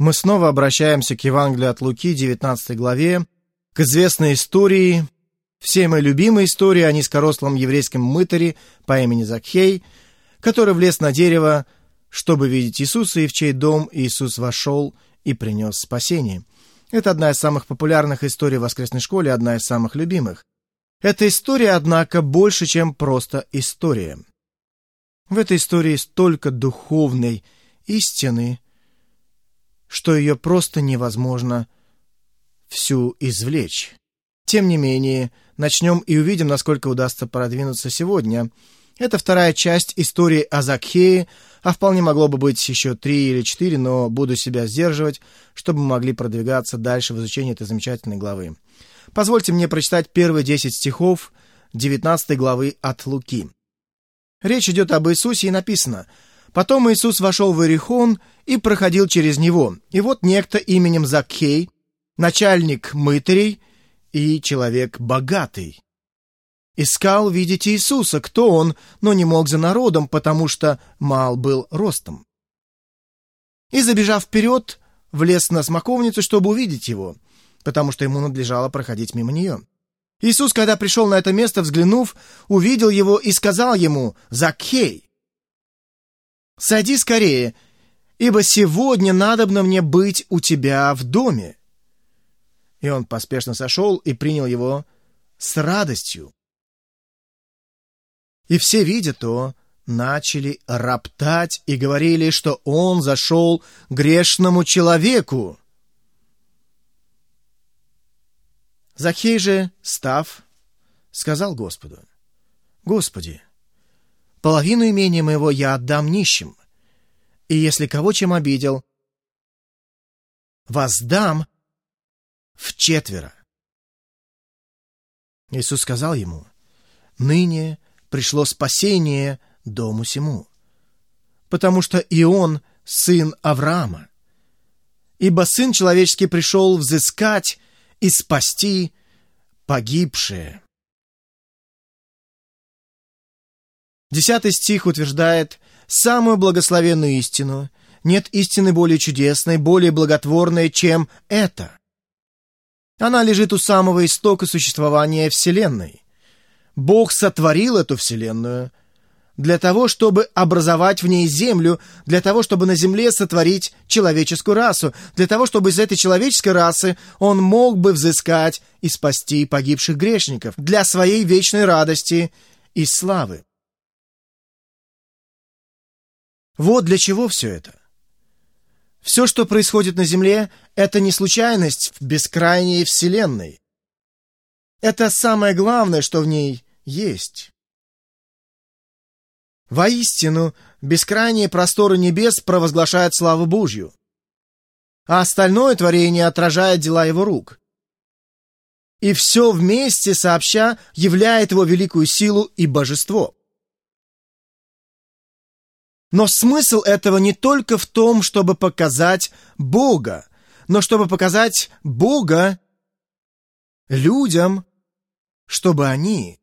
Мы снова обращаемся к Евангелию от Луки, 19 главе, к известной истории, всей моей любимой истории о низкорослом еврейском мытаре по имени Закхей, который влез на дерево, чтобы видеть Иисуса, и в чей дом Иисус вошел и принес спасение. Это одна из самых популярных историй в воскресной школе, одна из самых любимых. Эта история, однако, больше, чем просто история. В этой истории столько духовной истины, что ее просто невозможно всю извлечь. Тем не менее, начнем и увидим, насколько удастся продвинуться сегодня. Это вторая часть истории о Закхее, а вполне могло бы быть еще 3 или 4, но буду себя сдерживать, чтобы мы могли продвигаться дальше в изучении этой замечательной главы. Позвольте мне прочитать первые 10 стихов 19 главы от Луки. Речь идет об Иисусе, и написано: «Потом Иисус вошел в Иерихон и проходил через него. И вот некто именем Закхей, начальник мытарей и человек богатый, искал видеть Иисуса, кто он, но не мог за народом, потому что мал был ростом. И, забежав вперед, влез на смоковницу, чтобы увидеть его, потому что ему надлежало проходить мимо нее. Иисус, когда пришел на это место, взглянув, увидел его и сказал ему: «Закхей, сойди скорее, ибо сегодня надобно мне быть у тебя в доме». И он поспешно сошел и принял его с радостью. И все, видя то, начали роптать и говорили, что он зашел к грешному человеку. Закхей же, став, сказал Господу: «Господи, половину имения моего я отдам нищим, и если кого чем обидел, воздам вчетверо». Иисус сказал ему: «Ныне пришло спасение дому сему, потому что и он сын Авраама. Ибо Сын Человеческий пришел взыскать и спасти погибшие». 10 стих утверждает самую благословенную истину. Нет истины более чудесной, более благотворной, чем это. Она лежит у самого истока существования Вселенной. Бог сотворил эту Вселенную для того, чтобы образовать в ней землю, для того, чтобы на земле сотворить человеческую расу, для того, чтобы из этой человеческой расы он мог бы взыскать и спасти погибших грешников для своей вечной радости и славы. Вот для чего все это. Все, что происходит на земле, это не случайность в бескрайней Вселенной. Это самое главное, что в ней есть. Воистину, бескрайние просторы небес провозглашают славу Божью, а остальное творение отражает дела его рук. И все вместе сообща являет его великую силу и божество. Но смысл этого не только в том, чтобы показать Бога, но чтобы показать Бога людям, чтобы они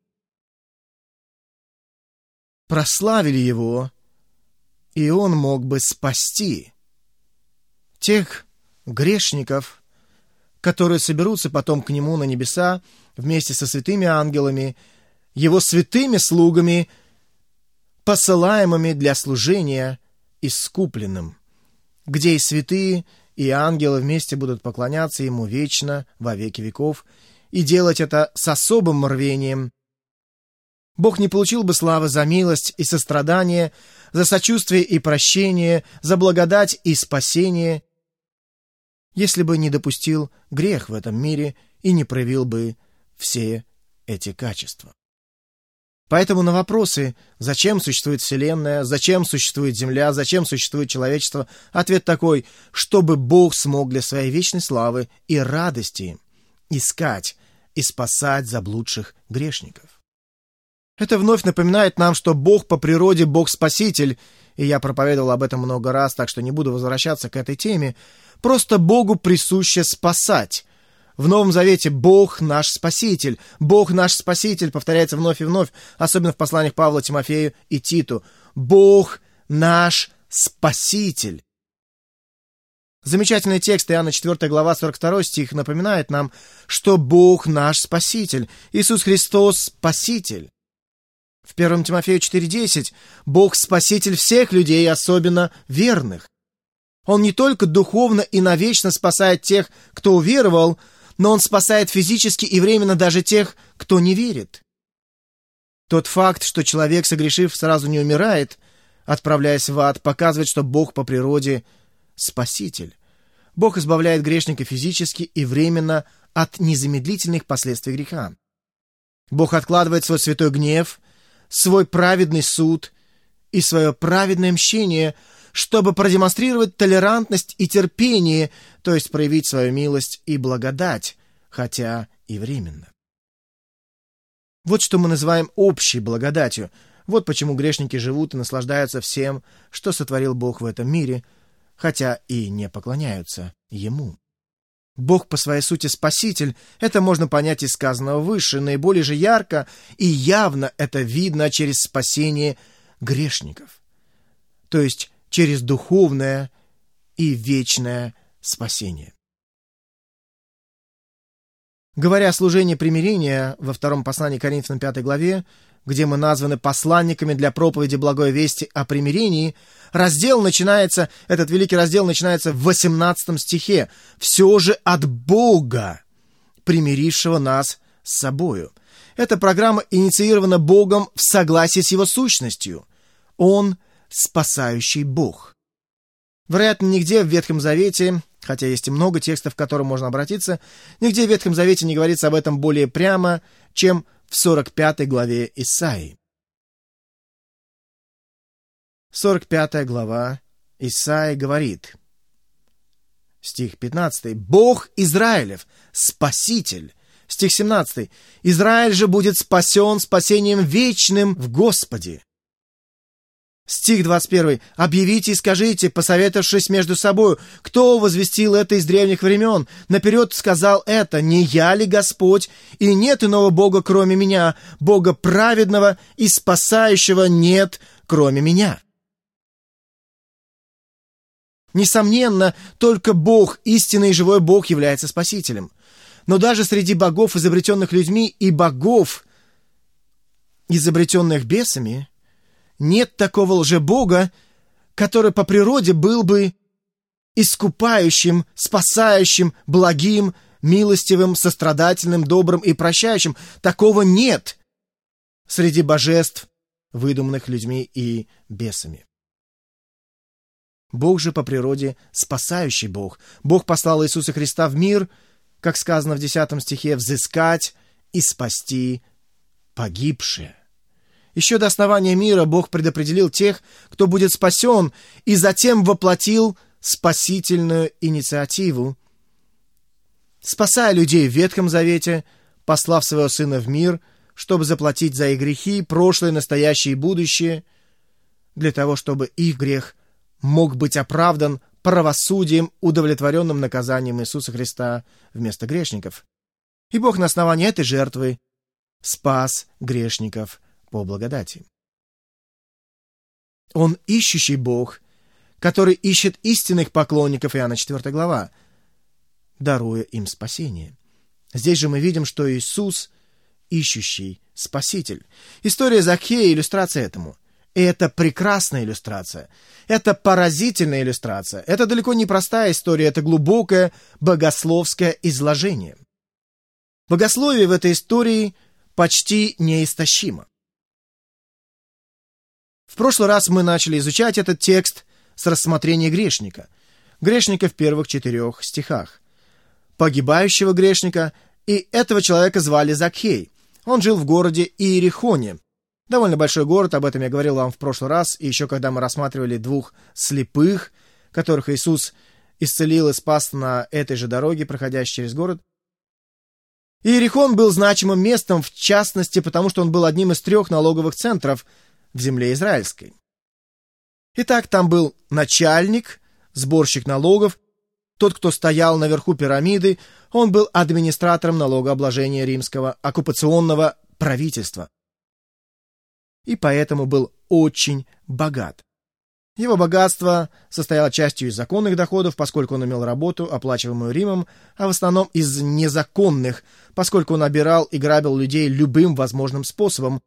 прославили Его, и Он мог бы спасти тех грешников, которые соберутся потом к Нему на небеса вместе со святыми ангелами, Его святыми слугами, посылаемыми для служения искупленным, где и святые, и ангелы вместе будут поклоняться Ему вечно, во веки веков, и делать это с особым рвением. Бог не получил бы славы за милость и сострадание, за сочувствие и прощение, за благодать и спасение, если бы не допустил грех в этом мире и не проявил бы все эти качества. Поэтому на вопросы, зачем существует Вселенная, зачем существует Земля, зачем существует человечество, ответ такой: чтобы Бог смог для своей вечной славы и радости искать и спасать заблудших грешников. Это вновь напоминает нам, что Бог по природе Бог-спаситель, и я проповедовал об этом много раз, так что не буду возвращаться к этой теме. Просто Богу присуще спасать. В Новом Завете Бог наш Спаситель. Бог наш Спаситель повторяется вновь и вновь, особенно в посланиях Павла Тимофею и Титу. Бог наш Спаситель. Замечательный текст Иоанна 4 глава 42 стих напоминает нам, что Бог наш Спаситель, Иисус Христос Спаситель. В 1 Тимофею 4:10 Бог Спаситель всех людей, особенно верных. Он не только духовно и навечно спасает тех, кто уверовал, но Он спасает физически и временно даже тех, кто не верит. Тот факт, что человек, согрешив, сразу не умирает, отправляясь в ад, показывает, что Бог по природе Спаситель. Бог избавляет грешника физически и временно от незамедлительных последствий греха. Бог откладывает свой святой гнев, свой праведный суд и свое праведное мщение, чтобы продемонстрировать толерантность и терпение, то есть проявить свою милость и благодать, хотя и временно. Вот что мы называем общей благодатью. Вот почему грешники живут и наслаждаются всем, что сотворил Бог в этом мире, хотя и не поклоняются Ему. Бог по своей сути Спаситель, это можно понять из сказанного выше, наиболее же ярко и явно это видно через спасение грешников, то есть через духовное и вечное спасение. Говоря о служении примирения во втором послании к Коринфянам 5 главе, где мы названы посланниками для проповеди благой вести о примирении, этот великий раздел начинается в 18 стихе. «Все же от Бога, примирившего нас с собою». Эта программа инициирована Богом в согласии с Его сущностью. Он — спасающий Бог. Вероятно, нигде в Ветхом Завете, хотя есть и много текстов, к которым можно обратиться, нигде в Ветхом Завете не говорится об этом более прямо, чем в 45 главе Исаии. 45 глава Исаии говорит, стих 15, «Бог Израилев, Спаситель». Стих 17, «Израиль же будет спасен спасением вечным в Господе». Стих 21. «Объявите и скажите, посоветовавшись между собою, кто возвестил это из древних времен? Наперед сказал это, не я ли Господь? И нет иного Бога, кроме меня, Бога праведного и спасающего нет, кроме меня». Несомненно, только Бог, истинный и живой Бог, является Спасителем. Но даже среди богов, изобретенных людьми, и богов, изобретенных бесами, нет такого лжебога, который по природе был бы искупающим, спасающим, благим, милостивым, сострадательным, добрым и прощающим. Такого нет среди божеств, выдуманных людьми и бесами. Бог же по природе спасающий Бог. Бог послал Иисуса Христа в мир, как сказано в 10 стихе, взыскать и спасти погибшие. Еще до основания мира Бог предопределил тех, кто будет спасен, и затем воплотил спасительную инициативу, спасая людей в Ветхом Завете, послав своего Сына в мир, чтобы заплатить за их грехи, прошлое, настоящее и будущее, для того, чтобы их грех мог быть оправдан правосудием, удовлетворенным наказанием Иисуса Христа вместо грешников. И Бог на основании этой жертвы спас грешников по благодати. Он ищущий Бог, который ищет истинных поклонников, Иоанна 4 глава, даруя им спасение. Здесь же мы видим, что Иисус — ищущий Спаситель. История Закхея — иллюстрация этому. И это прекрасная иллюстрация. Это поразительная иллюстрация. Это далеко не простая история, это глубокое богословское изложение. Богословие в этой истории почти неистощимо. В прошлый раз мы начали изучать этот текст с рассмотрения грешника. Грешника в первых 4 стихах. Погибающего грешника, и этого человека звали Закхей. Он жил в городе Иерихоне. Довольно большой город, об этом я говорил вам в прошлый раз, и еще когда мы рассматривали 2 слепых, которых Иисус исцелил и спас на этой же дороге, проходящей через город. Иерихон был значимым местом, в частности, потому что он был одним из 3 налоговых центров в земле израильской. Итак, там был начальник, сборщик налогов, тот, кто стоял наверху пирамиды, он был администратором налогообложения римского оккупационного правительства. И поэтому был очень богат. Его богатство состояло частью из законных доходов, поскольку он имел работу, оплачиваемую Римом, а в основном из незаконных, поскольку он обирал и грабил людей любым возможным способом,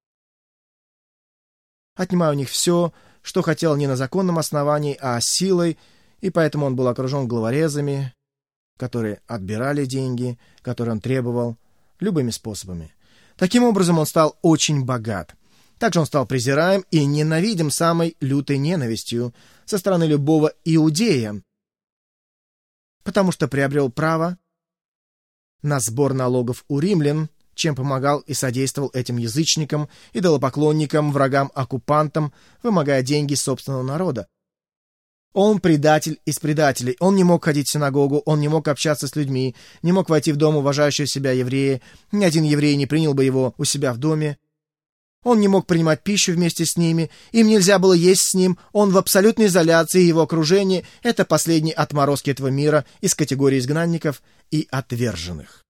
отнимая у них все, что хотел не на законном основании, а силой, и поэтому он был окружен головорезами, которые отбирали деньги, которые он требовал, любыми способами. Таким образом, он стал очень богат. Также он стал презираем и ненавидим самой лютой ненавистью со стороны любого иудея, потому что приобрел право на сбор налогов у римлян, чем помогал и содействовал этим язычникам, идолопоклонникам, врагам-оккупантам, вымогая деньги собственного народа. Он предатель из предателей. Он не мог ходить в синагогу, он не мог общаться с людьми, не мог войти в дом уважающего себя еврея, ни один еврей не принял бы его у себя в доме. Он не мог принимать пищу вместе с ними, им нельзя было есть с ним, он в абсолютной изоляции, его окружение — это последние отморозки этого мира из категории изгнанников и отверженных.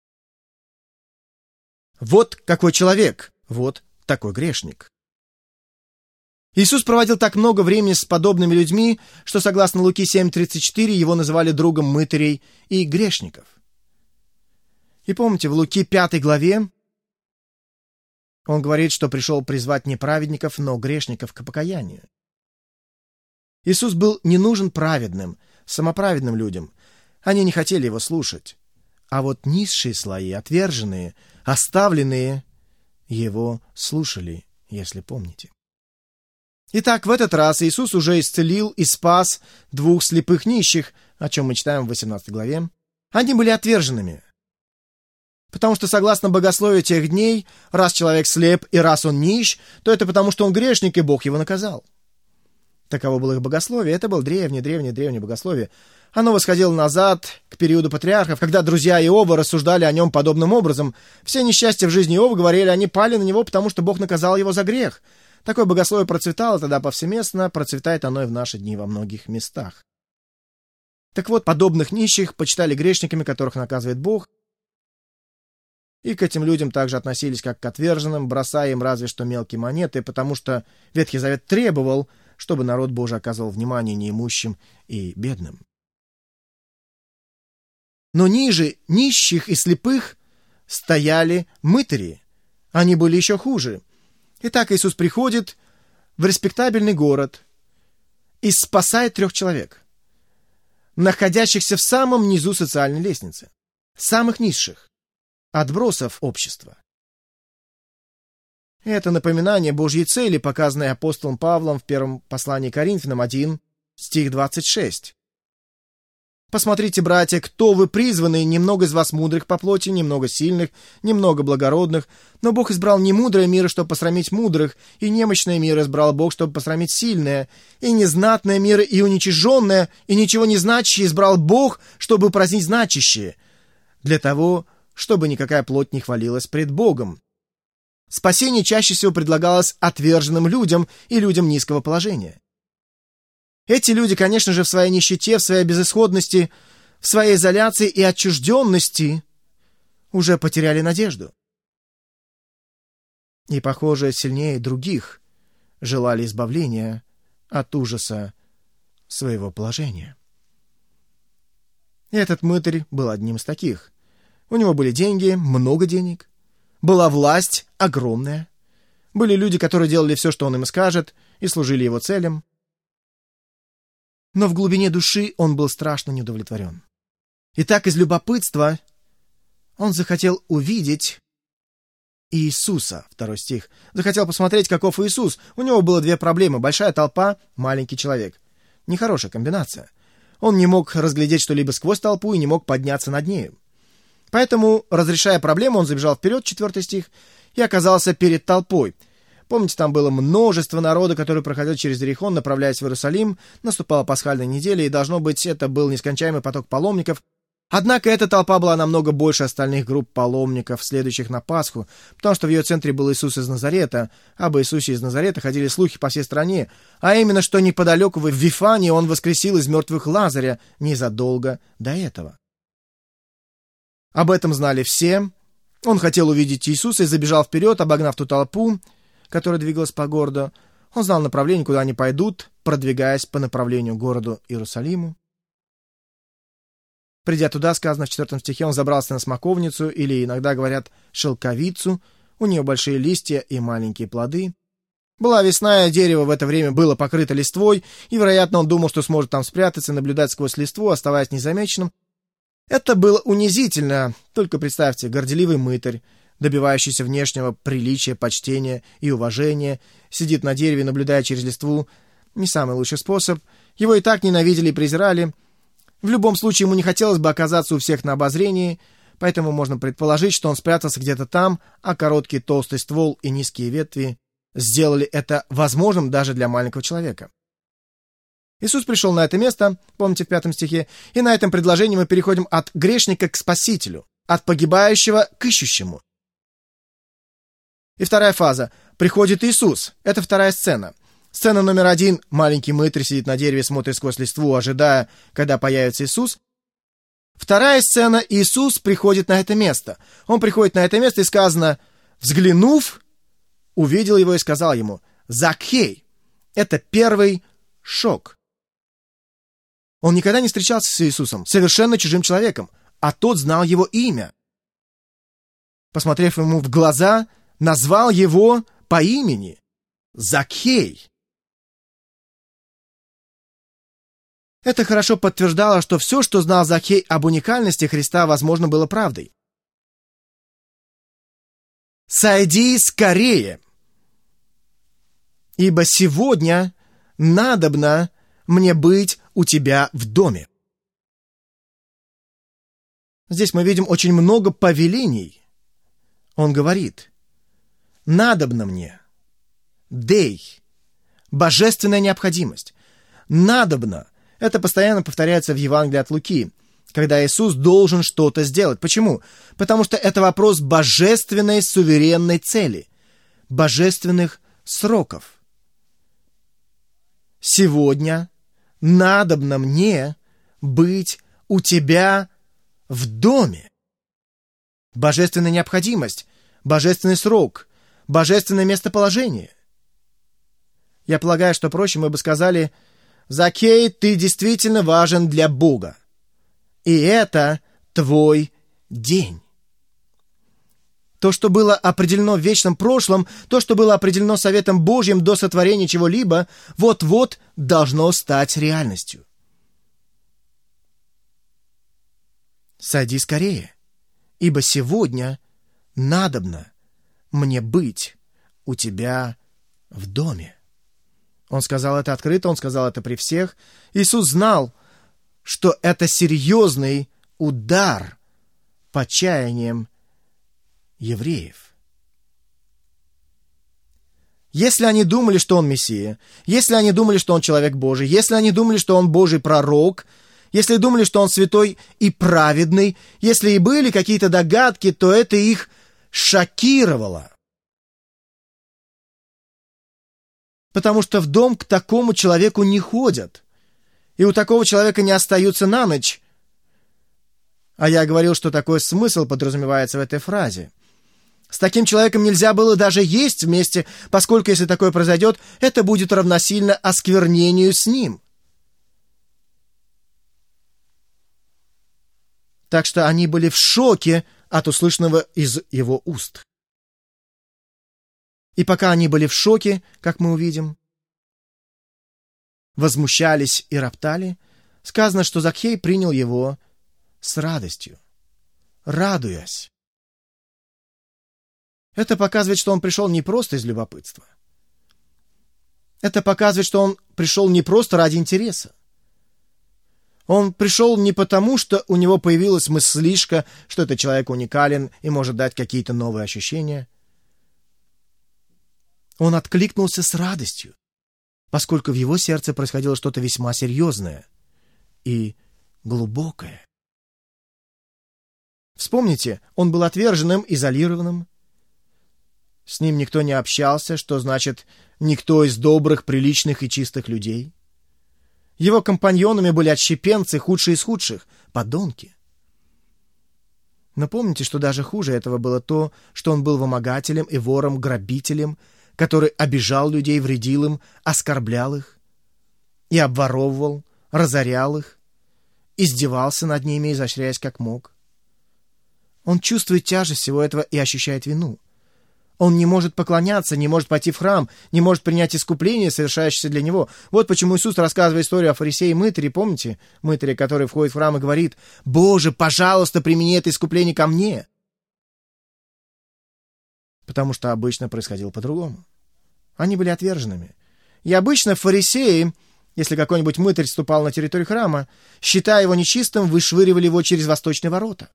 Вот какой человек, вот такой грешник. Иисус проводил так много времени с подобными людьми, что, согласно Луки 7:34, его называли другом мытарей и грешников. И помните, в Луки 5 главе он говорит, что пришел призвать не праведников, но грешников к покаянию. Иисус был не нужен праведным, самоправедным людям. Они не хотели его слушать. А вот низшие слои, отверженные, оставленные, его слушали, если помните. Итак, в этот раз Иисус уже исцелил и спас 2 слепых нищих, о чем мы читаем в 18 главе. Они были отверженными. Потому что, согласно богословию тех дней, раз человек слеп и раз он нищ, то это потому, что он грешник, и Бог его наказал. Таково было их богословие. Это было древнее богословие. Оно восходило назад, к периоду патриархов, когда друзья Иова рассуждали о нем подобным образом. Все несчастья в жизни Иова, говорили, они пали на него, потому что Бог наказал его за грех. Такое богословие процветало тогда повсеместно, процветает оно и в наши дни во многих местах. Так вот, подобных нищих почитали грешниками, которых наказывает Бог, и к этим людям также относились как к отверженным, бросая им разве что мелкие монеты, потому что Ветхий Завет требовал, чтобы народ Божий оказывал внимание неимущим и бедным. Но ниже нищих и слепых стояли мытари. Они были еще хуже. Итак, Иисус приходит в респектабельный город и спасает 3 человек, находящихся в самом низу социальной лестницы, самых низших, отбросов общества. Это напоминание Божьей цели, показанное апостолом Павлом в первом послании Коринфянам 1, стих 26. «Посмотрите, братья, кто вы призваны, немного из вас мудрых по плоти, немного сильных, немного благородных, но Бог избрал не мудрое мира, чтобы посрамить мудрых, и немощное мир избрал Бог, чтобы посрамить сильное, и незнатное мир, и уничиженное, и ничего не значащее избрал Бог, чтобы упразднить значащее, для того, чтобы никакая плоть не хвалилась пред Богом». Спасение чаще всего предлагалось отверженным людям и людям низкого положения. Эти люди, конечно же, в своей нищете, в своей безысходности, в своей изоляции и отчужденности уже потеряли надежду. И, похоже, сильнее других желали избавления от ужаса своего положения. И этот мытарь был одним из таких. У него были деньги, много денег, была власть огромная, были люди, которые делали все, что он им скажет, и служили его целям. Но в глубине души он был страшно неудовлетворен. И так из любопытства он захотел увидеть Иисуса, 2 стих. Захотел посмотреть, каков Иисус. У него было 2 проблемы. Большая толпа, маленький человек. Нехорошая комбинация. Он не мог разглядеть что-либо сквозь толпу и не мог подняться над нею. Поэтому, разрешая проблему, он забежал вперед, 4 стих, и оказался перед толпой. Помните, там было множество народа, который проходил через Иерихон, направляясь в Иерусалим, наступала пасхальная неделя, и, должно быть, это был нескончаемый поток паломников. Однако эта толпа была намного больше остальных групп паломников, следующих на Пасху, потому что в ее центре был Иисус из Назарета. Об Иисусе из Назарета ходили слухи по всей стране, а именно, что неподалеку в Вифании он воскресил из мертвых Лазаря незадолго до этого. Об этом знали все. Он хотел увидеть Иисуса и забежал вперед, обогнав ту толпу, которая двигалась по городу. Он знал направление, куда они пойдут, продвигаясь по направлению к городу Иерусалиму. Придя туда, сказано в 4 стихе, он забрался на смоковницу, или иногда говорят шелковицу, у нее большие листья и маленькие плоды. Была весна, дерево в это время было покрыто листвой, и, вероятно, он думал, что сможет там спрятаться и наблюдать сквозь листву, оставаясь незамеченным. Это было унизительно, только представьте, горделивый мытарь, добивающийся внешнего приличия, почтения и уважения, сидит на дереве, наблюдая через листву. Не самый лучший способ. Его и так ненавидели и презирали. В любом случае, ему не хотелось бы оказаться у всех на обозрении, поэтому можно предположить, что он спрятался где-то там, а короткий толстый ствол и низкие ветви сделали это возможным даже для маленького человека. Иисус пришел на это место, помните в 5 стихе, и на этом предложении мы переходим от грешника к Спасителю, от погибающего к ищущему. И вторая фаза. Приходит Иисус. Это вторая сцена. Сцена номер 1. Маленький мытарь сидит на дереве, смотрит сквозь листву, ожидая, когда появится Иисус. Вторая сцена. Иисус приходит на это место. Он приходит на это место, и сказано, взглянув, увидел его и сказал ему, «Закхей». Это первый шок. Он никогда не встречался с Иисусом, совершенно чужим человеком, а тот знал его имя. Посмотрев ему в глаза, назвал его по имени Закхей. Это хорошо подтверждало, что все, что знал Закхей об уникальности Христа, возможно, было правдой. «Сойди скорее, ибо сегодня надобно мне быть у тебя в доме». Здесь мы видим очень много повелений. Он говорит, надобно мне, дей, божественная необходимость. Надобно. Это постоянно повторяется в Евангелии от Луки, когда Иисус должен что-то сделать. Почему? Потому что это вопрос божественной суверенной цели, божественных сроков. Сегодня надобно мне быть у тебя в доме. Божественная необходимость, божественный срок, божественное местоположение. Я полагаю, что проще мы бы сказали, «Закхей, ты действительно важен для Бога, и это твой день». То, что было определено в вечном прошлом, то, что было определено Советом Божьим до сотворения чего-либо, вот-вот должно стать реальностью. «Сойди скорее, ибо сегодня надобно мне быть у тебя в доме». Он сказал это открыто, он сказал это при всех. Иисус знал, что это серьезный удар по чаяниям евреев. Если они думали, что он Мессия, если они думали, что он человек Божий, если они думали, что он Божий пророк, если думали, что он святой и праведный, если и были какие-то догадки, то это их шокировало. Потому что в дом к такому человеку не ходят, и у такого человека не остаются на ночь. А я говорил, что такой смысл подразумевается в этой фразе. С таким человеком нельзя было даже есть вместе, поскольку, если такое произойдет, это будет равносильно осквернению с ним. Так что они были в шоке от услышанного из его уст. И пока они были в шоке, как мы увидим, возмущались и роптали, сказано, что Закхей принял его с радостью, радуясь. Это показывает, что он пришел не просто из любопытства. Это показывает, что он пришел не просто ради интереса. Он пришел не потому, что у него появилась мыслишка, что этот человек уникален и может дать какие-то новые ощущения. Он откликнулся с радостью, поскольку в его сердце происходило что-то весьма серьезное и глубокое. Вспомните, он был отверженным, изолированным. С ним никто не общался, что значит «никто из добрых, приличных и чистых людей». Его компаньонами были отщепенцы, худшие из худших, подонки. Но помните, что даже хуже этого было то, что он был вымогателем и вором, грабителем, который обижал людей, вредил им, оскорблял их. и обворовывал, разорял их, издевался над ними, изощряясь как мог. Он чувствует тяжесть всего этого и ощущает вину. Он не может поклоняться, не может пойти в храм, не может принять искупление, совершающееся для него. Вот почему Иисус, рассказывая историю о фарисее и мытаре, помните, мытаре, который входит в храм и говорит: «Боже, пожалуйста, примени это искупление ко мне». Потому что обычно происходило по-другому. Они были отверженными. И обычно фарисеи, если какой-нибудь мытарь вступал на территорию храма, считая его нечистым, вышвыривали его через восточные ворота.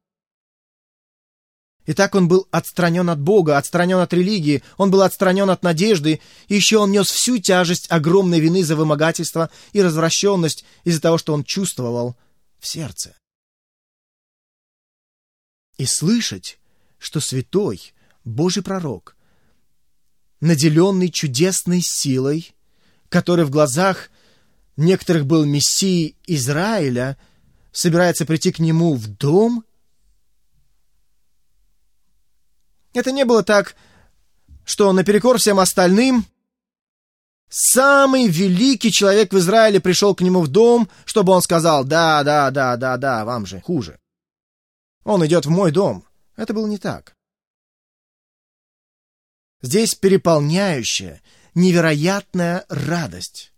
И так он был отстранен от Бога, отстранен от религии, он был отстранен от надежды, и еще он нес всю тяжесть огромной вины за вымогательство и развращенность из-за того, что он чувствовал в сердце. И слышать, что святой Божий пророк, наделенный чудесной силой, который в глазах некоторых был Мессией Израиля, собирается прийти к нему в дом. Это не было так, что наперекор всем остальным самый великий человек в Израиле пришел к нему в дом, чтобы он сказал: да, вам же хуже. Он идет в мой дом. Это было не так. Здесь переполняющая, невероятная радость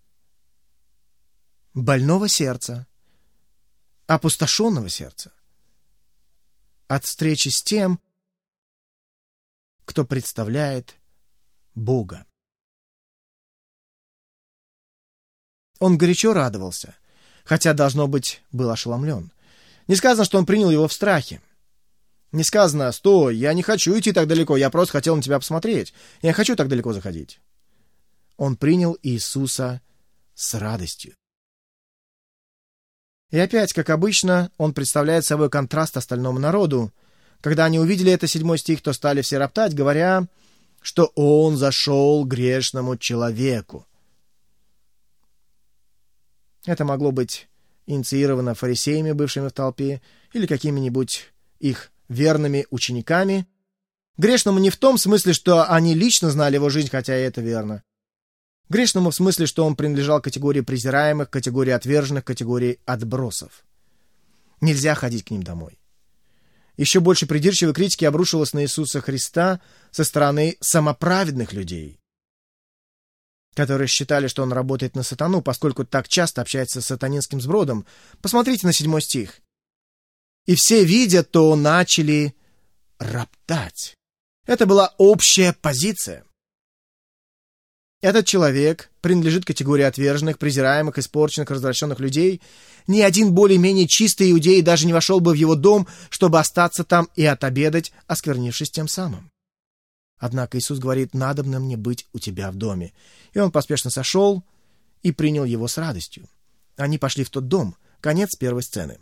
больного сердца, опустошенного сердца от встречи с тем, кто представляет Бога. Он горячо радовался, хотя, должно быть, был ошеломлен. Не сказано, что он принял его в страхе. Не сказано: «Стой, я не хочу идти так далеко, я просто хотел на тебя посмотреть. Я не хочу так далеко заходить». Он принял Иисуса с радостью. И опять, как обычно, он представляет собой контраст остальному народу. Когда они увидели это, 7 стих, то стали все роптать, говоря, что он зашел к грешному человеку. Это могло быть инициировано фарисеями, бывшими в толпе, или какими-нибудь их верными учениками. Грешному не в том смысле, что они лично знали его жизнь, хотя и это верно. Грешному в смысле, что он принадлежал к категории презираемых, категории отверженных, категории отбросов. Нельзя ходить к ним домой. Еще больше придирчивой критики обрушилось на Иисуса Христа со стороны самоправедных людей, которые считали, что он работает на сатану, поскольку так часто общается с сатанинским сбродом. Посмотрите на 7 стих. «И все, видя то, начали роптать». Это была общая позиция. Этот человек принадлежит категории отверженных, презираемых, испорченных, развращенных людей. Ни один более-менее чистый иудей даже не вошел бы в его дом, чтобы остаться там и отобедать, осквернившись тем самым. Однако Иисус говорит: «Надобно мне быть у тебя в доме». И он поспешно сошел и принял его с радостью. Они пошли в тот дом. Конец первой сцены.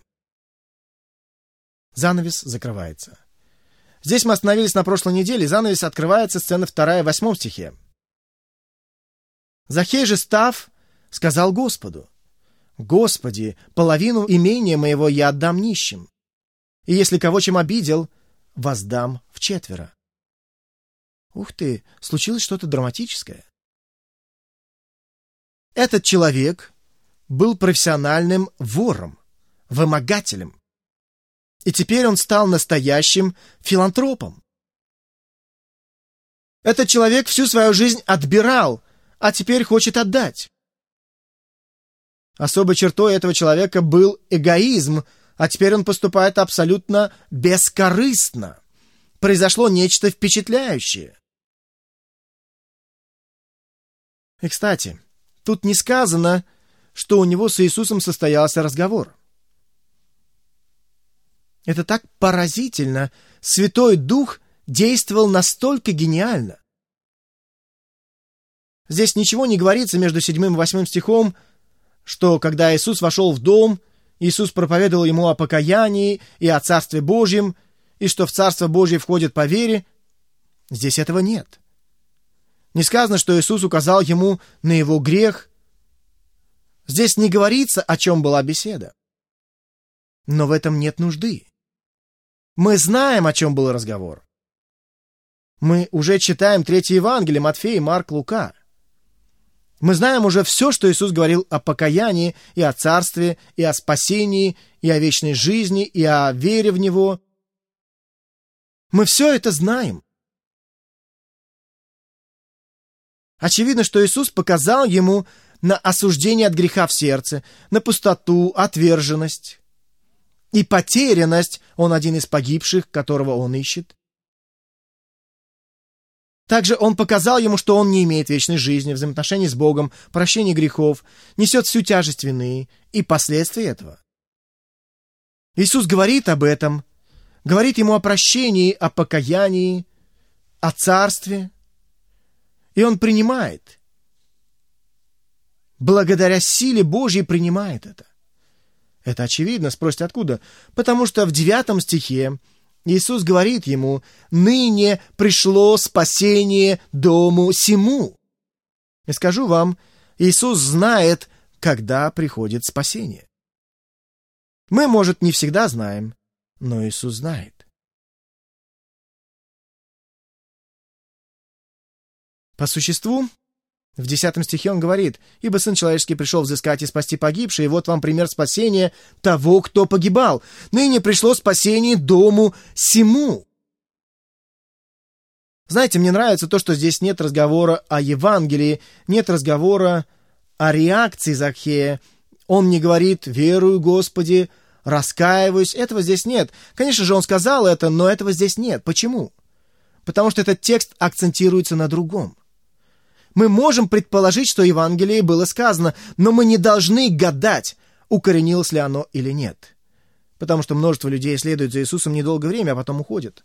Занавес закрывается. Здесь мы остановились на прошлой неделе. Занавес открывается, сцена 2, 8 стихе. Захей же, став, сказал Господу: «Господи, половину имения моего я отдам нищим, и если кого чем обидел, воздам вчетверо». Ух ты, случилось что-то драматическое. Этот человек был профессиональным вором, вымогателем, и теперь он стал настоящим филантропом. Этот человек всю свою жизнь отбирал, а теперь хочет отдать. Особой чертой этого человека был эгоизм, а теперь он поступает абсолютно бескорыстно. Произошло нечто впечатляющее. И, кстати, тут не сказано, что у него с Иисусом состоялся разговор. Это так поразительно. Святой Дух действовал настолько гениально. Здесь ничего не говорится между 7 и 8 стихом, что когда Иисус вошел в дом, Иисус проповедовал ему о покаянии и о Царстве Божьем, и что в Царство Божье входит по вере. Здесь этого нет. Не сказано, что Иисус указал ему на его грех. Здесь не говорится, о чем была беседа. Но в этом нет нужды. Мы знаем, о чем был разговор. Мы уже читаем 3 Евангелие: Матфей, Марк, Лука. Мы знаем уже все, что Иисус говорил о покаянии, и о царстве, и о спасении, и о вечной жизни, и о вере в Него. Мы все это знаем. Очевидно, что Иисус показал ему на осуждение от греха в сердце, на пустоту, отверженность и потерянность. Он один из погибших, которого он ищет. Также он показал ему, что он не имеет вечной жизни, взаимоотношений с Богом, прощения грехов, несет всю тяжесть вины и последствия этого. Иисус говорит об этом, говорит ему о прощении, о покаянии, о царстве, и он принимает. Благодаря силе Божьей принимает это. Это очевидно, спросите, откуда? Потому что в 9 стихе Иисус говорит ему: «Ныне пришло спасение дому сему». И скажу вам, Иисус знает, когда приходит спасение. Мы, может, не всегда знаем, но Иисус знает. По существу, в 10 стихе он говорит: «Ибо Сын Человеческий пришел взыскать и спасти погибшие, и вот вам пример спасения того, кто погибал. Ныне пришло спасение дому сему». Знаете, мне нравится то, что здесь нет разговора о Евангелии, нет разговора о реакции Закхея. Он не говорит: «Верую, Господи, раскаиваюсь». Этого здесь нет. Конечно же, он сказал это, но этого здесь нет. Почему? Потому что этот текст акцентируется на другом. Мы можем предположить, что Евангелие было сказано, но мы не должны гадать, укоренилось ли оно или нет. Потому что множество людей следуют за Иисусом недолгое время, а потом уходят.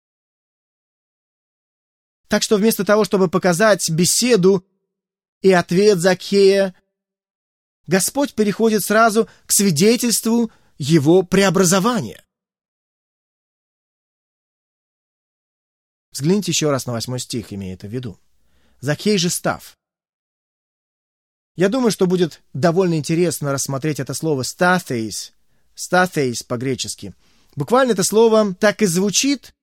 Так что вместо того, чтобы показать беседу и ответ Закхея, Господь переходит сразу к свидетельству его преобразования. Взгляните еще раз на 8 стих, имея это в виду. Закхей же став. Я думаю, что будет довольно интересно рассмотреть это слово «стаthеис», «стаthеис» по-гречески. Буквально это слово так и звучит.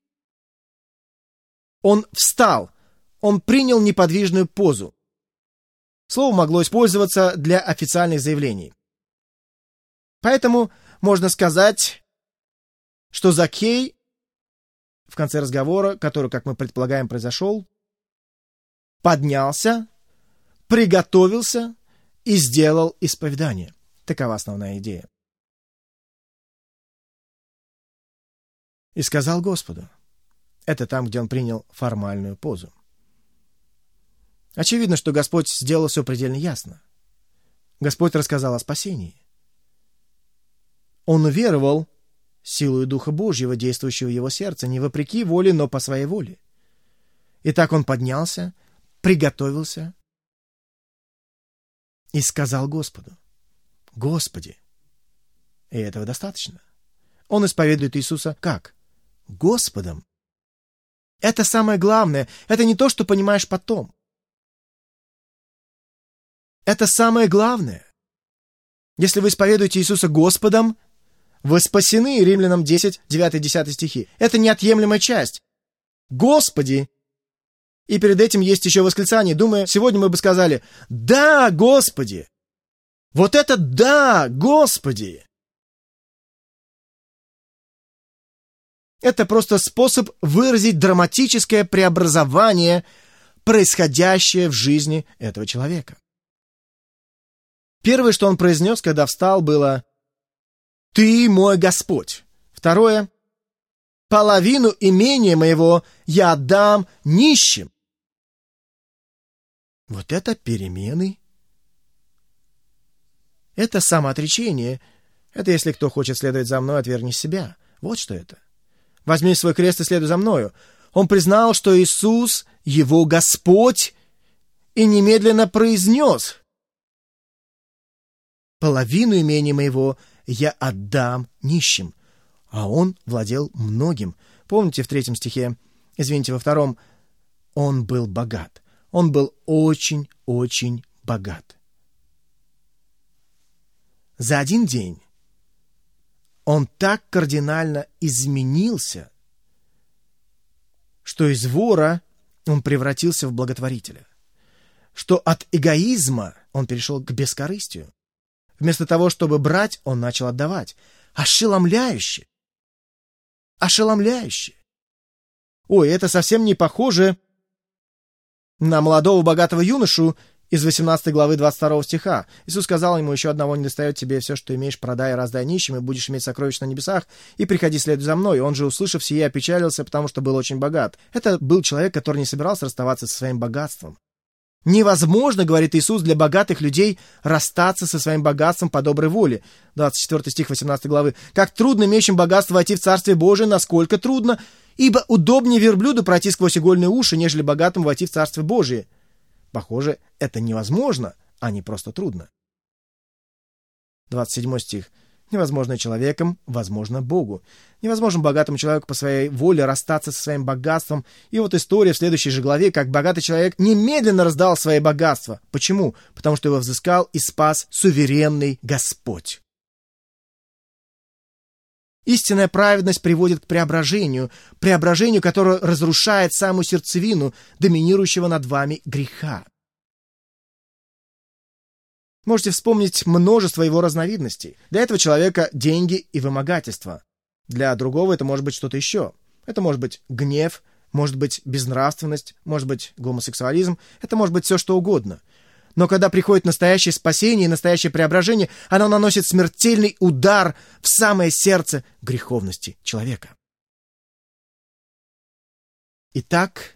Он встал, он принял неподвижную позу. Слово могло использоваться для официальных заявлений. Поэтому можно сказать, что Закхей в конце разговора, который, как мы предполагаем, произошел, поднялся, приготовился и сделал исповедание. Такова основная идея. И сказал Господу. Это там, где он принял формальную позу. Очевидно, что Господь сделал все предельно ясно. Господь рассказал о спасении. Он уверовал силою Духа Божьего, действующего в его сердце, не вопреки воле, но по своей воле. Итак, он поднялся, приготовился и сказал Господу: «Господи». И этого достаточно. Он исповедует Иисуса как? Господом. Это самое главное. Это не то, что понимаешь потом. Это самое главное. Если вы исповедуете Иисуса Господом, вы спасены. Римлянам 10, 9-10 стихи. Это неотъемлемая часть. Господи. И перед этим есть еще восклицание. Думаю, сегодня мы бы сказали: «Да, Господи!» Вот это «да, Господи!» Это просто способ выразить драматическое преобразование, происходящее в жизни этого человека. Первое, что он произнес, когда встал, было: «Ты мой Господь». Второе: «Половину имения моего я отдам нищим». Вот это перемены. Это самоотречение. Это если кто хочет следовать за мной, отвергни себя. Вот что это. Возьми свой крест и следуй за мною. Он признал, что Иисус — его Господь, и немедленно произнес: «Половину имения моего я отдам нищим». А он владел многим. Помните в 3 стихе, во 2, он был богат. Он был очень-очень богат. За один день он так кардинально изменился, что из вора он превратился в благотворителя. что от эгоизма он перешел к бескорыстию. Вместо того, чтобы брать, он начал отдавать. Ошеломляюще! Ошеломляюще! Ой, это совсем не похоже на молодого богатого юношу из 18 главы 22 стиха. Иисус сказал ему: еще одного недостает тебе, все, что имеешь, продай и раздай нищим, и будешь иметь сокровища на небесах, и приходи, следуй за мной. Он же, услышав сие, опечалился, потому что был очень богат. Это был человек, который не собирался расставаться со своим богатством. Невозможно, говорит Иисус, для богатых людей расстаться со своим богатством по доброй воле. 24 стих 18 главы. Как трудно имеющим богатство войти в Царствие Божие, насколько трудно, ибо удобнее верблюду пройти сквозь игольные уши, нежели богатому войти в Царствие Божие. Похоже, это невозможно, а не просто трудно. 27 стих. Невозможно человеком, возможно Богу. Невозможно богатому человеку по своей воле расстаться со своим богатством. И вот история в следующей же главе, как богатый человек немедленно раздал свои богатства. Почему? Потому что его взыскал и спас суверенный Господь. Истинная праведность приводит к преображению, которое разрушает самую сердцевину доминирующего над вами греха. Можете вспомнить множество его разновидностей. Для этого человека деньги и вымогательство. Для другого это может быть что-то еще. Это может быть гнев, может быть безнравственность, может быть гомосексуализм, это может быть все что угодно. Но когда приходит настоящее спасение и настоящее преображение, оно наносит смертельный удар в самое сердце греховности человека. Итак,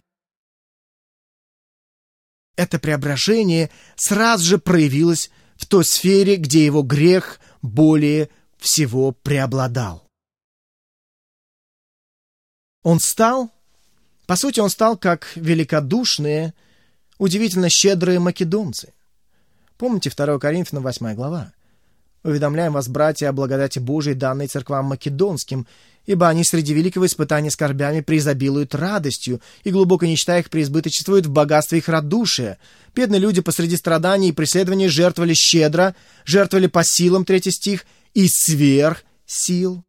это преображение сразу же проявилось в той сфере, где его грех более всего преобладал. Он стал как великодушные, удивительно щедрые македонцы. Помните 2 Коринфянам 8 глава? «Уведомляем вас, братья, о благодати Божией, данной церквам македонским, ибо они среди великого испытания скорбями преизобилуют радостью, и глубоко нищета их преизбыточествует в богатстве их радушия. Бедные люди посреди страданий и преследований жертвовали щедро, жертвовали по силам», 3 стих, «и сверх сил».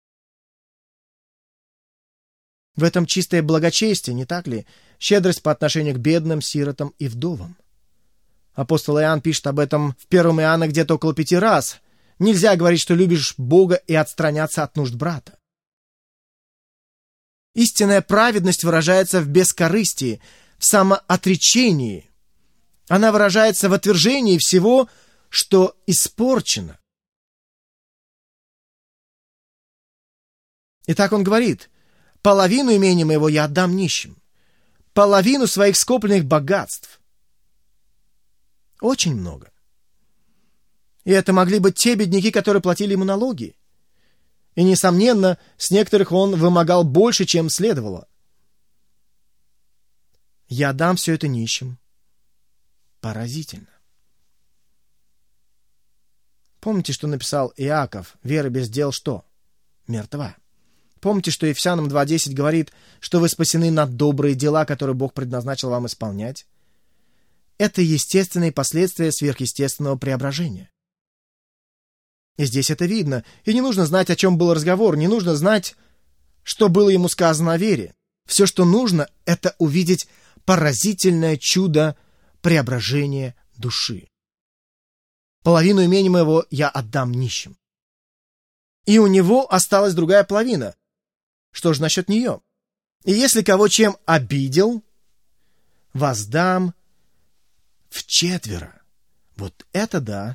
В этом чистое благочестие, не так ли? Щедрость по отношению к бедным, сиротам и вдовам. Апостол Иоанн пишет об этом в 1 Иоанна где-то около 5 раз. Нельзя говорить, что любишь Бога и отстраняться от нужд брата. Истинная праведность выражается в бескорыстии, в самоотречении. Она выражается в отвержении всего, что испорчено. Итак, он говорит: половину имения моего я отдам нищим, половину своих скопленных богатств. Очень много. И это могли быть те бедняки, которые платили ему налоги. И, несомненно, с некоторых он вымогал больше, чем следовало. Я дам все это нищим. Поразительно. Помните, что написал Иаков? Вера без дел что? Мертва. Помните, что Ефесянам 2:10 говорит, что вы спасены на добрые дела, которые Бог предназначил вам исполнять? Это естественные последствия сверхъестественного преображения. И здесь это видно. И не нужно знать, о чем был разговор, не нужно знать, что было ему сказано о вере. Все, что нужно, это увидеть поразительное чудо преображения души. Половину имения моего я отдам нищим. И у него осталась другая половина. Что же насчет нее? И если кого чем обидел, воздам вчетверо. Вот это да.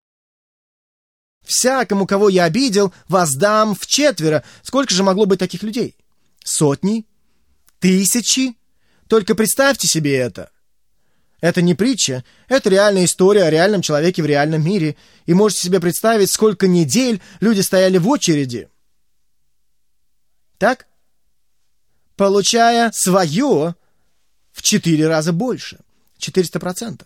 Всякому, кого я обидел, воздам вчетверо. Сколько же могло быть таких людей? Сотни? Тысячи? Только представьте себе это. Это не притча, это реальная история о реальном человеке в реальном мире. И можете себе представить, сколько недель люди стояли в очереди. Так? Получая свое в 4 раза больше. 400%.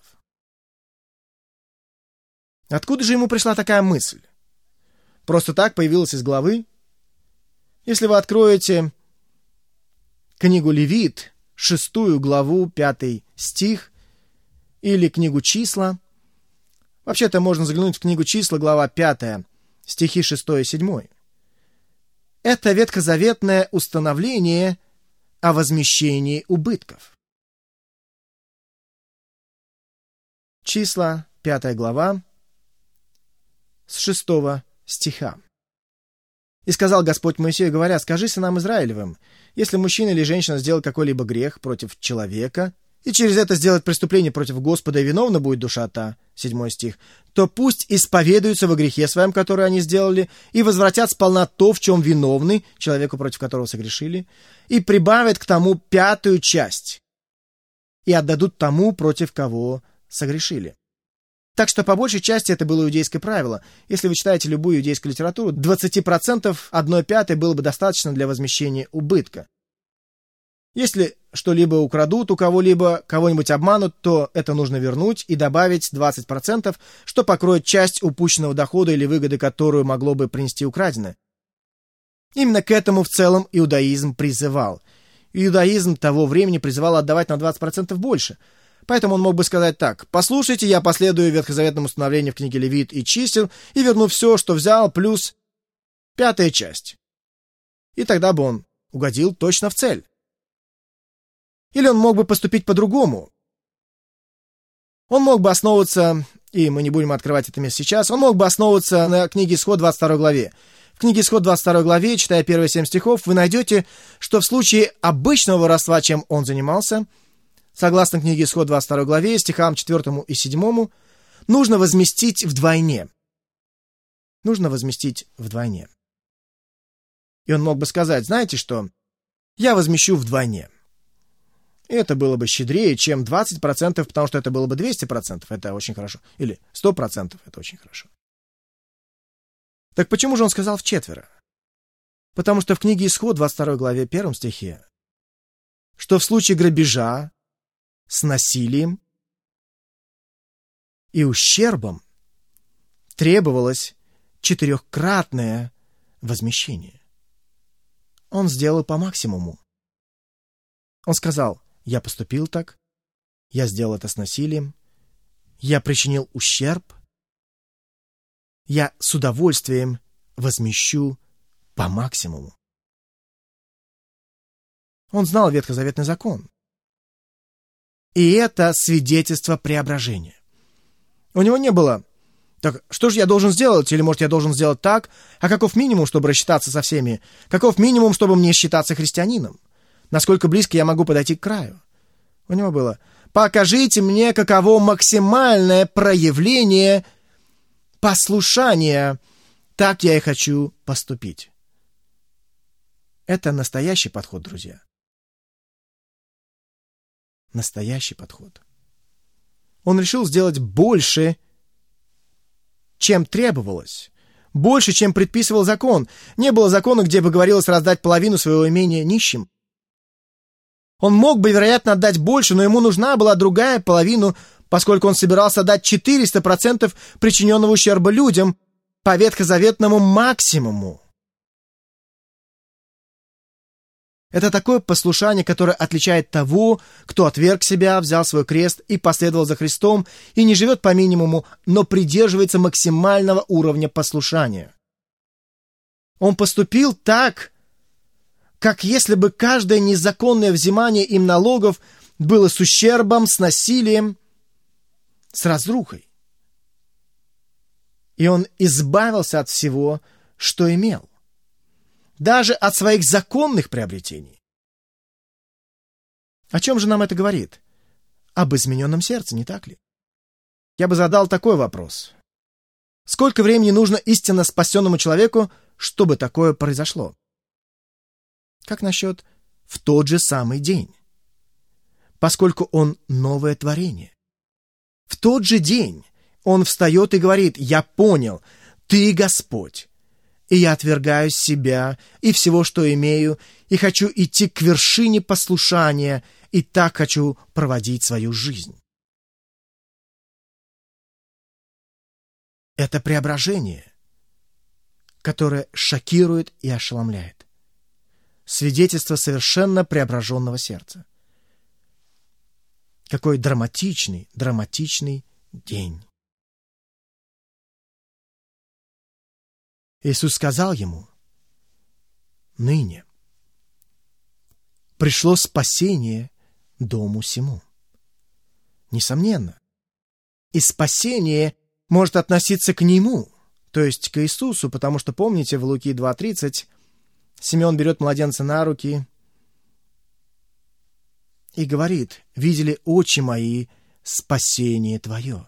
Откуда же ему пришла такая мысль? Просто так появилась из головы? Если вы откроете книгу Левит, 6 главу, 5 стих, или книгу Числа, вообще-то можно заглянуть в книгу Числа, глава 5, стихи 6 и 7. Это ветхозаветное установление о возмещении убытков. Числа, 5 глава, с 6 стиха. «И сказал Господь Моисею, говоря, скажи сынам Израилевым, если мужчина или женщина сделает какой-либо грех против человека, и через это сделает преступление против Господа, и виновна будет душа та, 7 стих, то пусть исповедуются во грехе своем, который они сделали, и возвратят сполна то, в чем виновны, человеку, против которого согрешили, и прибавят к тому 5 часть, и отдадут тому, против кого согрешили». Так что по большей части это было иудейское правило. Если вы читаете любую иудейскую литературу, 20% 1/5 было бы достаточно для возмещения убытка. Если что-либо украдут у кого-либо, кого-нибудь обманут, то это нужно вернуть и добавить 20%, что покроет часть упущенного дохода или выгоды, которую могло бы принести украденное. Именно к этому в целом иудаизм призывал. Иудаизм того времени призывал отдавать на 20% больше. Поэтому он мог бы сказать так: «Послушайте, я последую ветхозаветному установлению в книге Левит и чисел и верну все, что взял, плюс 5 часть». И тогда бы он угодил точно в цель. Или он мог бы поступить по-другому. Он мог бы основываться, и мы не будем открывать это место сейчас, он мог бы основываться на книге Исход 22 главе. В книге Исход 22 главе, читая первые 7 стихов, вы найдете, что в случае обычного воровства, чем он занимался, согласно книге Исход 22 главе, стихам 4 и 7, нужно возместить вдвойне. Нужно возместить вдвойне. И он мог бы сказать: знаете что, я возмещу вдвойне. И это было бы щедрее, чем 20%, потому что это было бы 200%, это очень хорошо. Или 100%, это очень хорошо. Так почему же он сказал вчетверо? Потому что в книге Исход 22 главе 1 стихе, что в случае грабежа с насилием и ущербом требовалось 4-кратное возмещение. Он сделал по максимуму. Он сказал: я поступил так, я сделал это с насилием, я причинил ущерб, я с удовольствием возмещу по максимуму. Он знал ветхозаветный закон. И это свидетельство преображения. У него не было: так что же я должен сделать? Или, может, я должен сделать так? А каков минимум, чтобы рассчитаться со всеми? Каков минимум, чтобы мне считаться христианином? Насколько близко я могу подойти к краю? У него было: покажите мне, каково максимальное проявление послушания. Так я и хочу поступить. Это настоящий подход, друзья. Настоящий подход. Он решил сделать больше, чем требовалось. Больше, чем предписывал закон. Не было закона, где бы говорилось раздать половину своего имения нищим. Он мог бы, вероятно, отдать больше, но ему нужна была другая половина, поскольку он собирался дать 400% причиненного ущерба людям по ветхозаветному максимуму. Это такое послушание, которое отличает того, кто отверг себя, взял свой крест и последовал за Христом, и не живет по минимуму, но придерживается максимального уровня послушания. Он поступил так, как если бы каждое незаконное взимание им налогов было с ущербом, с насилием, с разрухой. И он избавился от всего, что имел. Даже от своих законных приобретений. О чем же нам это говорит? Об измененном сердце, не так ли? Я бы задал такой вопрос. Сколько времени нужно истинно спасенному человеку, чтобы такое произошло? Как насчет в тот же самый день? Поскольку он новое творение. В тот же день он встает и говорит: «Я понял, Ты Господь, и я отвергаю себя и всего, что имею, и хочу идти к вершине послушания, и так хочу проводить свою жизнь». Это преображение, которое шокирует и ошеломляет. Свидетельство совершенно преображенного сердца. Какой драматичный день. Иисус сказал ему: «Ныне пришло спасение дому сему». Несомненно, и спасение может относиться к Нему, то есть к Иисусу, потому что, помните, в Луки 2:30 Симеон берет младенца на руки и говорит: «Видели очи мои спасение Твое».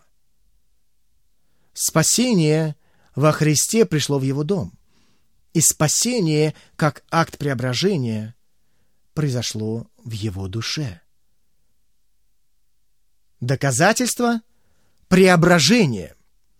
Спасение во Христе пришло в Его дом, и спасение, как акт преображения, произошло в Его душе. Доказательство преображения.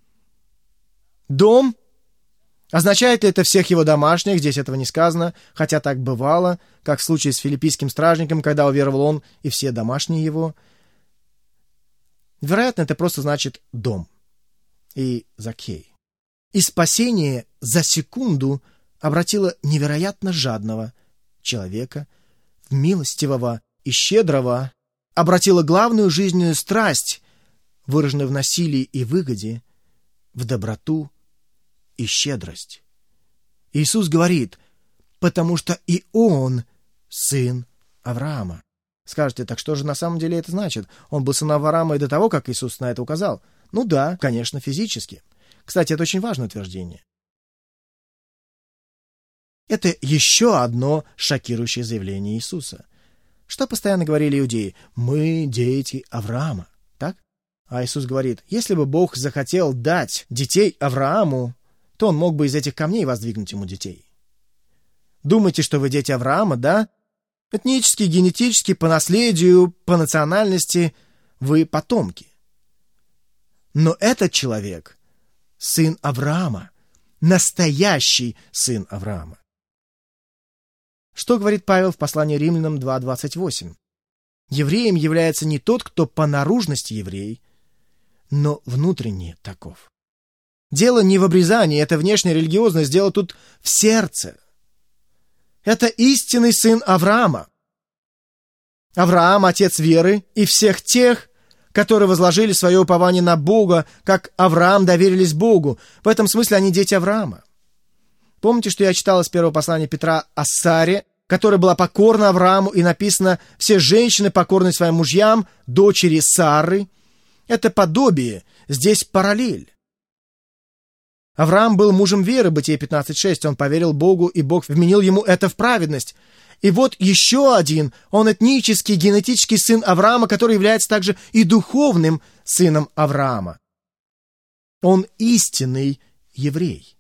Дом. Означает ли это всех его домашних? Здесь этого не сказано, хотя так бывало, как в случае с филиппийским стражником, когда уверовал он и все домашние его. Вероятно, это просто значит «дом» и Закхей. И спасение за секунду обратило невероятно жадного человека в милостивого и щедрого, обратило главную жизненную страсть, выраженную в насилии и выгоде, в доброту и щедрость. Иисус говорит: «Потому что и он сын Авраама». Скажете, так что же на самом деле это значит? Он был сыном Авраама и до того, как Иисус на это указал? Ну да, конечно, физически. Кстати, это очень важное утверждение. Это еще одно шокирующее заявление Иисуса. Что постоянно говорили иудеи? «Мы дети Авраама». Так? А Иисус говорит: если бы Бог захотел дать детей Аврааму, то он мог бы из этих камней воздвигнуть ему детей. Думаете, что вы дети Авраама, да? Этнически, генетически, по наследию, по национальности вы потомки. Но этот человек — сын Авраама, настоящий сын Авраама. Что говорит Павел в послании Римлянам 2:28? Евреем является не тот, кто по наружности еврей, но внутренне таков. Дело не в обрезании, это внешняя религиозность, дело тут в сердце. Это истинный сын Авраама. Авраам — отец веры, и всех тех, которые возложили свое упование на Бога, как Авраам доверились Богу. В этом смысле они дети Авраама. Помните, что я читал из первого послания Петра о Саре, которая была покорна Аврааму, и написано: «Все женщины покорны своим мужьям, дочери Сары». Это подобие, здесь параллель. Авраам был мужем веры, Бытие 15:6. Он поверил Богу, и Бог вменил ему это в праведность. И вот еще один, он этнический, генетический сын Авраама, который является также и духовным сыном Авраама. Он истинный еврей.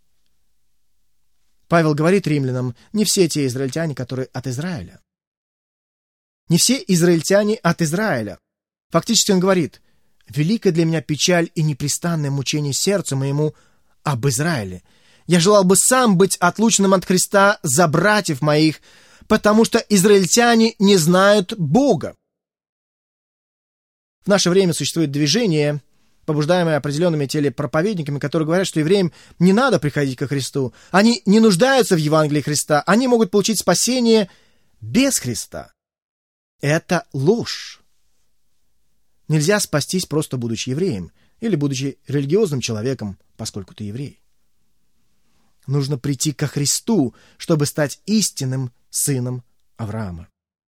Павел говорит римлянам: не все те израильтяне, которые от Израиля. Не все израильтяне от Израиля. Фактически он говорит: великая для меня печаль и непрестанное мучение сердцу моему об Израиле. Я желал бы сам быть отлученным от Христа за братьев моих, потому что израильтяне не знают Бога. В наше время существует движение, побуждаемое определенными телепроповедниками, которые говорят, что евреям не надо приходить ко Христу. Они не нуждаются в Евангелии Христа. Они могут получить спасение без Христа. Это ложь. Нельзя спастись, просто будучи евреем или будучи религиозным человеком, поскольку ты еврей. Нужно прийти ко Христу, чтобы стать истинным сыном Авраама.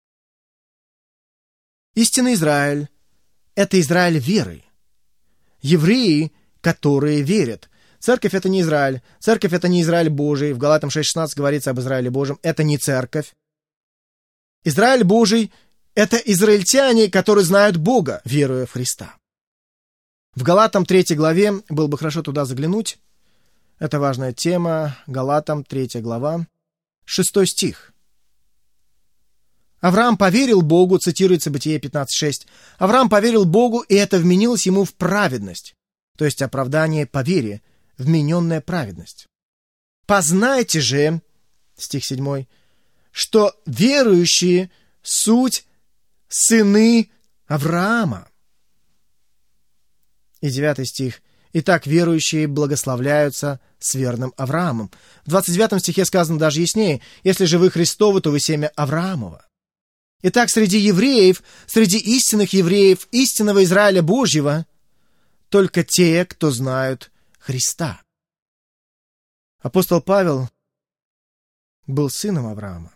Истинный Израиль — это Израиль веры. Евреи, которые верят. Церковь — это не Израиль. Церковь — это не Израиль Божий. В Галатам 6:16 говорится об Израиле Божьем. Это не церковь. Израиль Божий — это израильтяне, которые знают Бога, веруя в Христа. В Галатам 3 главе, было бы хорошо туда заглянуть, это важная тема, Галатам 3 глава, 6 стих. Авраам поверил Богу, цитируется Бытие 15:6. Авраам поверил Богу, и это вменилось ему в праведность, то есть оправдание по вере, вмененная праведность. Познайте же, стих 7, что верующие суть сыны Авраама. И 9 стих. Итак, верующие благословляются с верным Авраамом. В 29 стихе сказано даже яснее: если же вы Христовы, то вы семя Авраамова. Итак, среди евреев, среди истинных евреев, истинного Израиля Божьего, только те, кто знают Христа. Апостол Павел был сыном Авраама,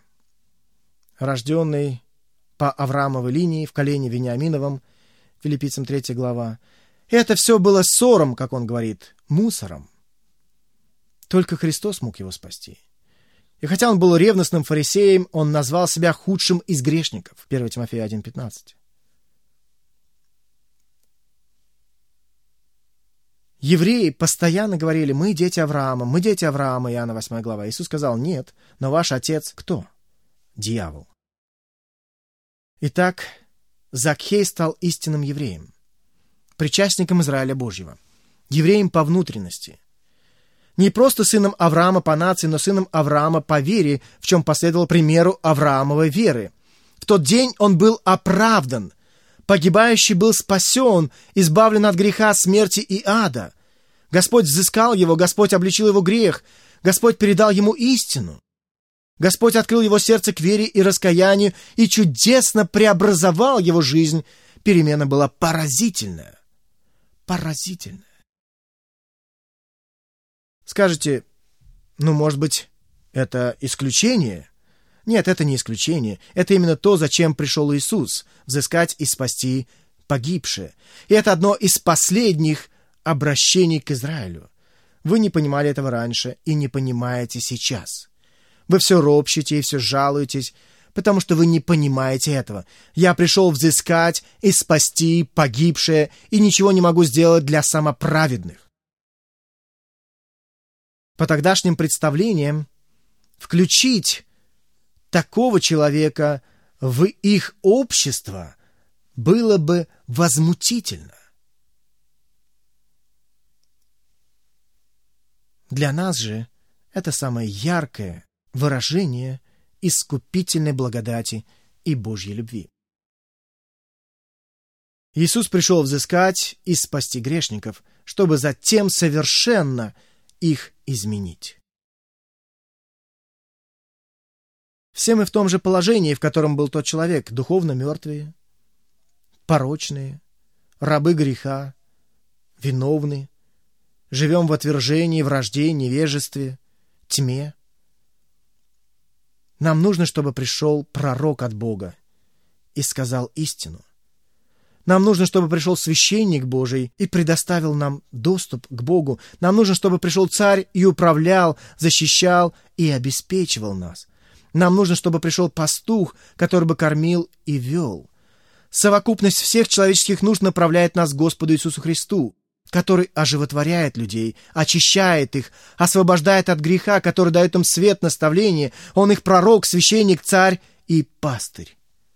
рожденный по Авраамовой линии в колене Вениаминовом, Филиппийцам 3 глава. Это все было ссором, как он говорит, мусором. Только Христос мог его спасти. И хотя он был ревностным фарисеем, он назвал себя худшим из грешников. 1 Тимофея 1,15. Евреи постоянно говорили: мы дети Авраама, мы дети Авраама, Иоанна 8 глава. Иисус сказал: нет, но ваш отец кто? Дьявол. Итак, Закхей стал истинным евреем, причастником Израиля Божьего, евреем по внутренности. Не просто сыном Авраама по нации, но сыном Авраама по вере, в чем последовал примеру Авраамовой веры. В тот день он был оправдан, погибающий был спасен, избавлен от греха, смерти и ада. Господь взыскал его, Господь обличил его грех, Господь передал ему истину. Господь открыл его сердце к вере и раскаянию и чудесно преобразовал его жизнь. Перемена была поразительная. Поразительная. Скажете: может быть, это исключение? Нет, это не исключение. Это именно то, зачем пришел Иисус — взыскать и спасти погибшее. И это одно из последних обращений к Израилю. Вы не понимали этого раньше и не понимаете сейчас. Вы все ропщете и все жалуетесь, потому что вы не понимаете этого. Я пришел взыскать и спасти погибшее, и ничего не могу сделать для самоправедных. По тогдашним представлениям, включить такого человека в их общество было бы возмутительно. Для нас же это самое яркое выражение искупительной благодати и Божьей любви. Иисус пришел взыскать и спасти грешников, чтобы затем совершенно их изменить. Все мы в том же положении, в котором был тот человек: духовно мертвые, порочные, рабы греха, виновны, живем в отвержении, вражде, невежестве, тьме. Нам нужно, чтобы пришел пророк от Бога и сказал истину. Нам нужно, чтобы пришел священник Божий и предоставил нам доступ к Богу. Нам нужно, чтобы пришел царь и управлял, защищал и обеспечивал нас. Нам нужно, чтобы пришел пастух, который бы кормил и вел. Совокупность всех человеческих нужд направляет нас к Господу Иисусу Христу, который оживотворяет людей, очищает их, освобождает от греха, который дает им свет, наставление. Он их пророк, священник, царь и пастырь.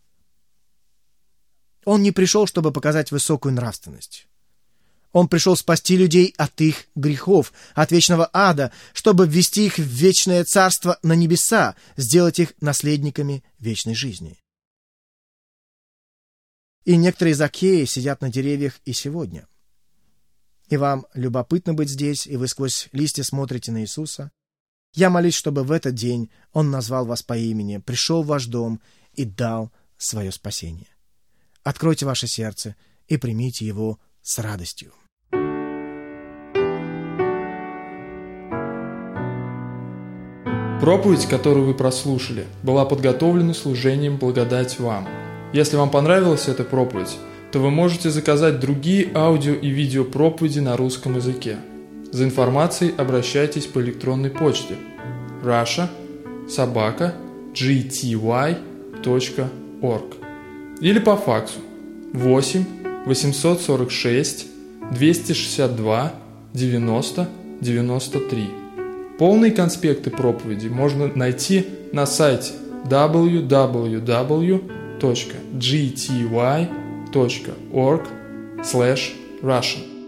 Он не пришел, чтобы показать высокую нравственность. Он пришел спасти людей от их грехов, от вечного ада, чтобы ввести их в вечное царство на небеса, сделать их наследниками вечной жизни. И некоторые Закхеи сидят на деревьях и сегодня. И вам любопытно быть здесь, и вы сквозь листья смотрите на Иисуса. Я молюсь, чтобы в этот день Он назвал вас по имени, пришел в ваш дом и дал свое спасение. Откройте ваше сердце и примите его с радостью. Проповедь, которую вы прослушали, была подготовлена служением «Благодать вам». Если вам понравилась эта проповедь, то вы можете заказать другие аудио и видео проповеди на русском языке. За информацией обращайтесь по электронной почте russia@gty.org или по факсу 8 846 262 90 93. Полные конспекты проповеди можно найти на сайте www.gty.org/Russian.